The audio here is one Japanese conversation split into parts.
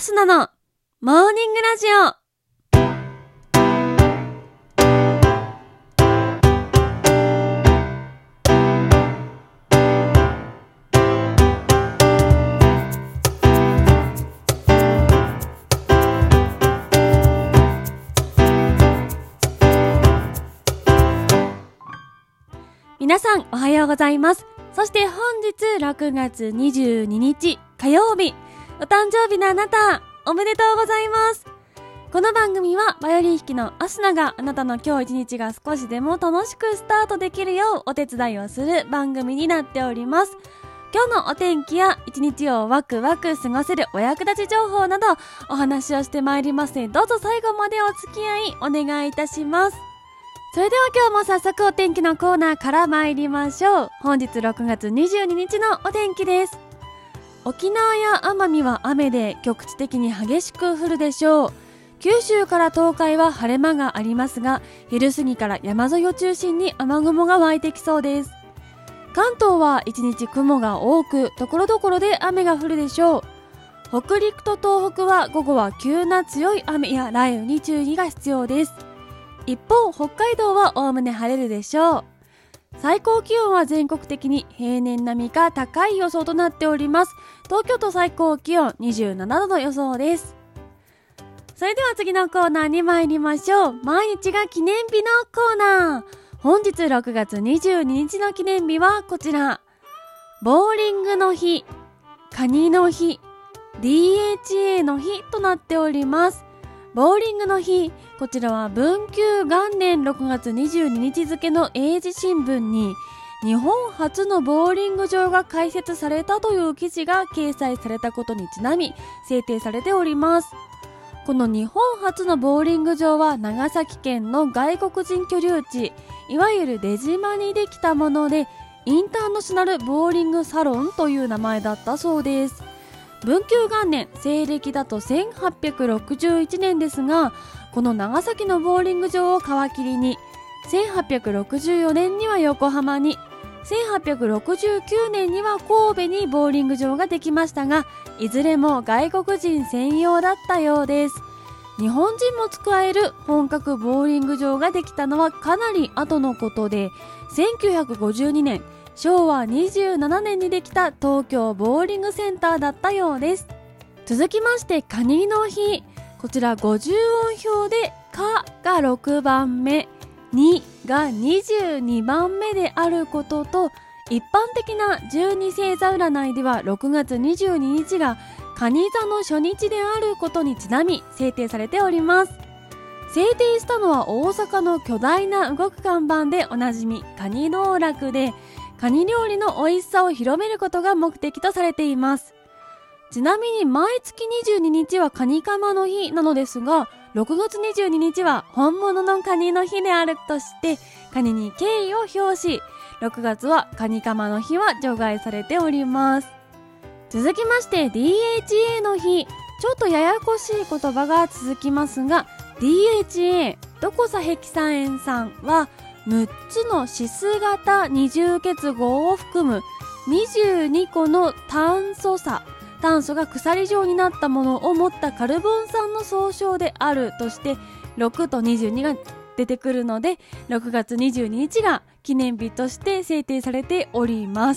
スナのモーニングラジオ。皆さんおはようございます。そして本日6月22日火曜日、お誕生日のあなたおめでとうございます。この番組はバイオリン弾きのアスナがあなたの今日一日が少しでも楽しくスタートできるようお手伝いをする番組になっております。今日のお天気や一日をワクワク過ごせるお役立ち情報などお話をしてまいりますので、どうぞ最後までお付き合いお願いいたします。それでは今日も早速お天気のコーナーから参りましょう。本日6月22日のお天気です。沖縄や奄美は雨で局地的に激しく降るでしょう。九州から東海は晴れ間がありますが、昼過ぎから山沿いを中心に雨雲が湧いてきそうです。関東は一日雲が多く、所々で雨が降るでしょう。北陸と東北は午後は急な強い雨や雷雨に注意が必要です。一方、北海道はおおむね晴れるでしょう。最高気温は全国的に平年並みか高い予想となっております。東京都最高気温27度の予想です。それでは次のコーナーに参りましょう。毎日が記念日のコーナー。本日6月22日の記念日はこちら。ボーリングの日、カニの日、DHA の日となっております。ボーリングの日、こちらは文久元年6月22日付の英字新聞に日本初のボーリング場が開設されたという記事が掲載されたことにちなみ制定されております。この日本初のボーリング場は長崎県の外国人居留地、いわゆる出島にできたもので、インターナショナルボーリングサロンという名前だったそうです。文久元年、西暦だと1861年ですが、この長崎のボーリング場を皮切りに1864年には横浜に、1869年には神戸にボーリング場ができましたが、いずれも外国人専用だったようです。日本人も使える本格ボーリング場ができたのはかなり後のことで、1952年昭和27年にできた東京ボーリングセンターだったようです。続きましてカニの日、こちら50音表でカが6番目、2が22番目であることと、一般的な12星座占いでは6月22日がカニ座の初日であることにちなみ制定されております。制定したのは大阪の巨大な動く看板でおなじみカニ道楽で、カニ料理の美味しさを広めることが目的とされています。ちなみに毎月22日はカニカマの日なのですが、6月22日は本物のカニの日であるとしてカニに敬意を表し、6月はカニカマの日は除外されております。続きまして DHA の日、ちょっとややこしい言葉が続きますが、 DHA ドコサヘキサエン酸は6つのシス型二重結合を含む22個の炭素が鎖状になったものを持ったカルボン酸の総称であるとして、6と22が出てくるので6月22日が記念日として制定されております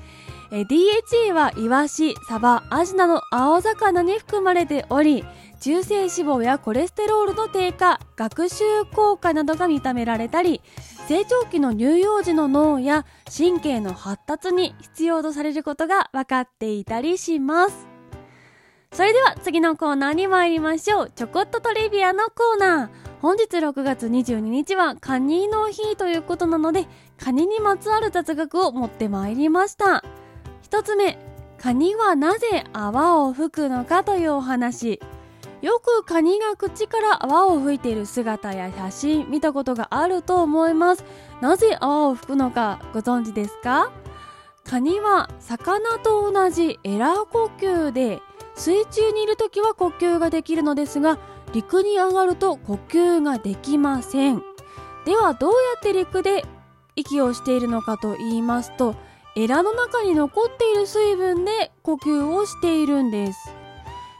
。DHA はイワシ、サバ、アジなど青魚に含まれており、中性脂肪やコレステロールの低下、学習効果などが認められたり、成長期の乳幼児の脳や神経の発達に必要とされることが分かっていたりします。それでは次のコーナーに参りましょう。ちょこっとトリビアのコーナー。本日6月22日はカニの日ということなので、カニにまつわる雑学を持ってまいりました。一つ目、カニはなぜ泡を吹くのかというお話。よくカニが口から泡を吹いている姿や写真見たことがあると思います。なぜ泡を吹くのかご存知ですか？カニは魚と同じエラー呼吸で、水中にいるときは呼吸ができるのですが、陸に上がると呼吸ができません。ではどうやって陸で息をしているのかと言いますと、エラの中に残っている水分で呼吸をしているんです。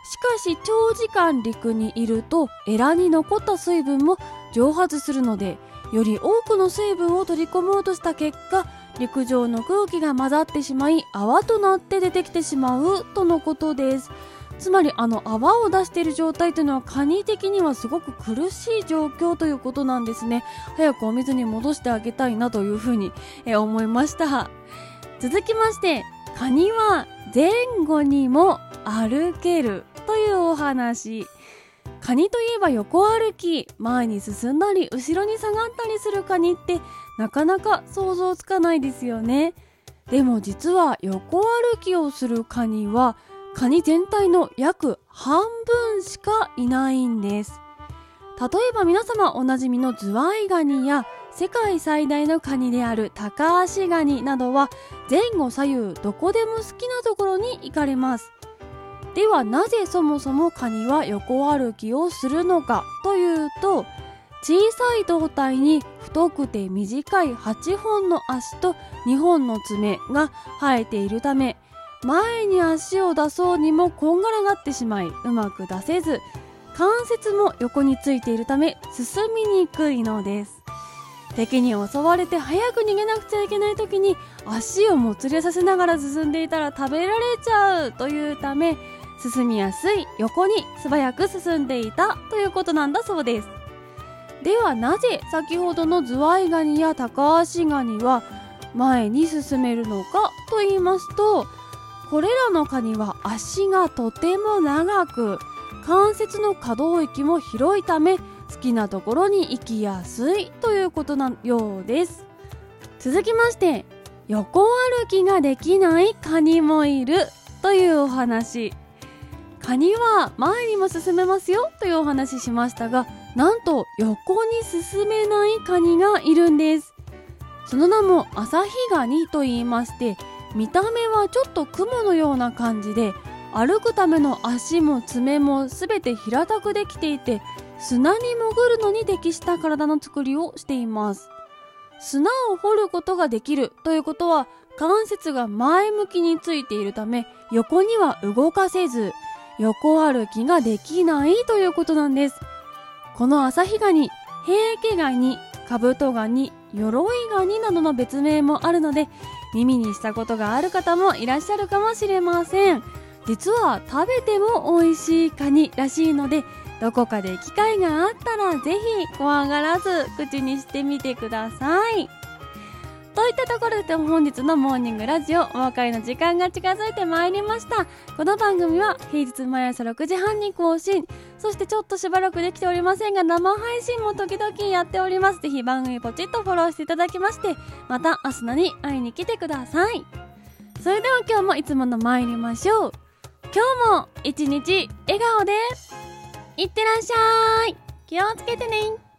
しかし長時間陸にいるとエラに残った水分も蒸発するので、より多くの水分を取り込もうとした結果、陸上の空気が混ざってしまい泡となって出てきてしまうとのことです。つまり泡を出している状態というのはカニ的にはすごく苦しい状況ということなんですね。早くお水に戻してあげたいなというふうに思いました。続きまして、カニは前後にも歩けるというお話。カニといえば横歩き、前に進んだり後ろに下がったりするカニってなかなか想像つかないですよね。でも実は横歩きをするカニはカニ全体の約半分しかいないんです。例えば皆様おなじみのズワイガニや世界最大のカニであるタカアシガニなどは前後左右どこでも好きなところに行かれます。ではなぜそもそもカニは横歩きをするのかというと、小さい胴体に太くて短い8本の足と2本の爪が生えているため、前に足を出そうにもこんがらがってしまいうまく出せず、関節も横についているため進みにくいのです。敵に襲われて早く逃げなくちゃいけない時に足をもつれさせながら進んでいたら食べられちゃうというため、進みやすい横に素早く進んでいたということなんだそうです。ではなぜ先ほどのズワイガニやタカアシガニは前に進めるのかと言いますと、これらのカニは足がとても長く、関節の可動域も広いため好きなところに行きやすいということのようです。続きまして、横歩きができないカニもいるというお話。カニは前にも進めますよというお話しましたが、なんと横に進めないカニがいるんです。その名もアサヒガニと言いまして、見た目はちょっと雲のような感じで、歩くための足も爪もすべて平たくできていて、砂に潜るのに適した体の作りをしています。砂を掘ることができるということは、関節が前向きについているため横には動かせず、横歩きができないということなんです。このアサヒガニ、ヘイケガニ、カブトガニ、鎧ガニなどの別名もあるので、耳にしたことがある方もいらっしゃるかもしれません。実は食べても美味しいカニらしいので、どこかで機会があったらぜひ怖がらず口にしてみてください。といったところで本日のモーニングラジオ、お別れの時間が近づいてまいりました。この番組は平日毎朝6時半に更新、そしてちょっとしばらくできておりませんが生配信も時々やっております。ぜひ番組ポチッとフォローしていただきまして、また明日のに会いに来てください。それでは今日もいつもの参りましょう。今日も一日笑顔でいってらっしゃい。気をつけてね。